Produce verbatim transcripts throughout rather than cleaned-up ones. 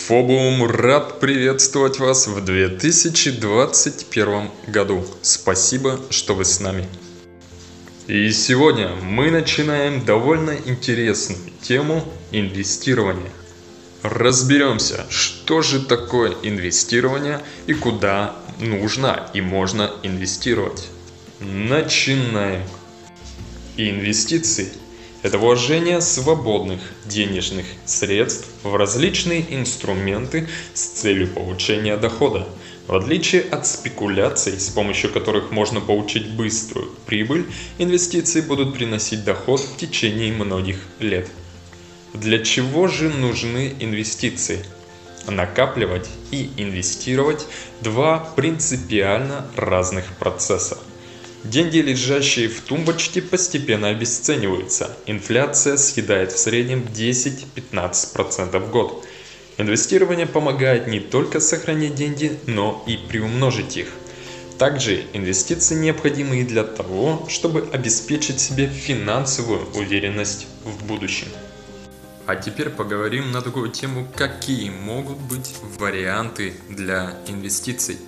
Фобум рад приветствовать вас в две тысячи двадцать первом году. Спасибо, что вы с нами. И сегодня мы начинаем довольно интересную тему инвестирования. Разберемся, что же такое инвестирование и куда нужно и можно инвестировать. Начинаем. Инвестиции – это вложение свободных денежных средств в различные инструменты с целью получения дохода. В отличие от спекуляций, с помощью которых можно получить быструю прибыль, инвестиции будут приносить доход в течение многих лет. Для чего же нужны инвестиции? Накапливать и инвестировать – два принципиально разных процесса. Деньги, лежащие в тумбочке, постепенно обесцениваются. Инфляция съедает в среднем десять-пятнадцать процентов в год. Инвестирование помогает не только сохранить деньги, но и приумножить их. Также инвестиции необходимы и для того, чтобы обеспечить себе финансовую уверенность в будущем. А теперь поговорим на такую тему, какие могут быть варианты для инвестиций.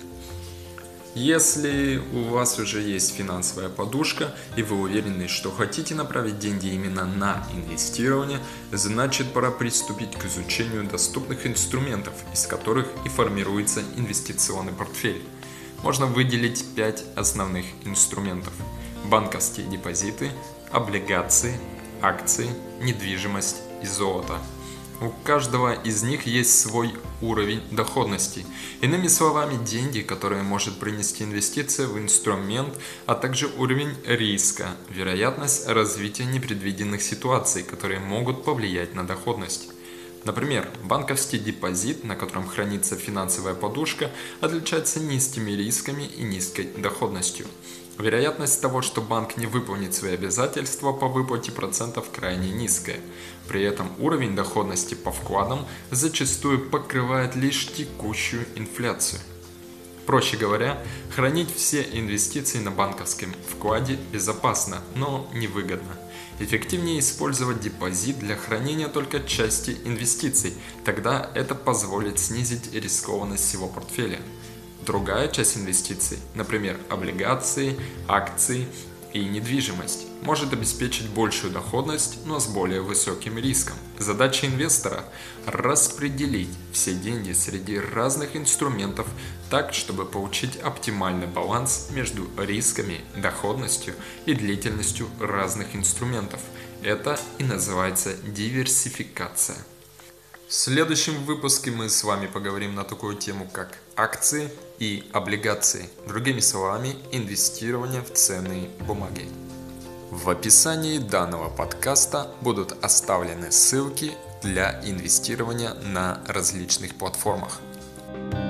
Если у вас уже есть финансовая подушка и вы уверены, что хотите направить деньги именно на инвестирование, значит пора приступить к изучению доступных инструментов, из которых и формируется инвестиционный портфель. Можно выделить пять основных инструментов: банковские депозиты, облигации, акции, недвижимость и золото. У каждого из них есть свой уровень доходности. Иными словами, деньги, которые может принести инвестиция в инструмент, а также уровень риска, вероятность развития непредвиденных ситуаций, которые могут повлиять на доходность. Например, банковский депозит, на котором хранится финансовая подушка, отличается низкими рисками и низкой доходностью. Вероятность того, что банк не выполнит свои обязательства по выплате процентов, крайне низкая. При этом уровень доходности по вкладам зачастую покрывает лишь текущую инфляцию. Проще говоря, хранить все инвестиции на банковском вкладе безопасно, но невыгодно. Эффективнее использовать депозит для хранения только части инвестиций, тогда это позволит снизить рискованность всего портфеля. Другая часть инвестиций, например, облигации, акции и недвижимость, может обеспечить большую доходность, но с более высоким риском. Задача инвестора – распределить все деньги среди разных инструментов так, чтобы получить оптимальный баланс между рисками, доходностью и длительностью разных инструментов. Это и называется диверсификация. В следующем выпуске мы с вами поговорим на такую тему, как акции и облигации. Другими словами, инвестирование в ценные бумаги. В описании данного подкаста будут оставлены ссылки для инвестирования на различных платформах.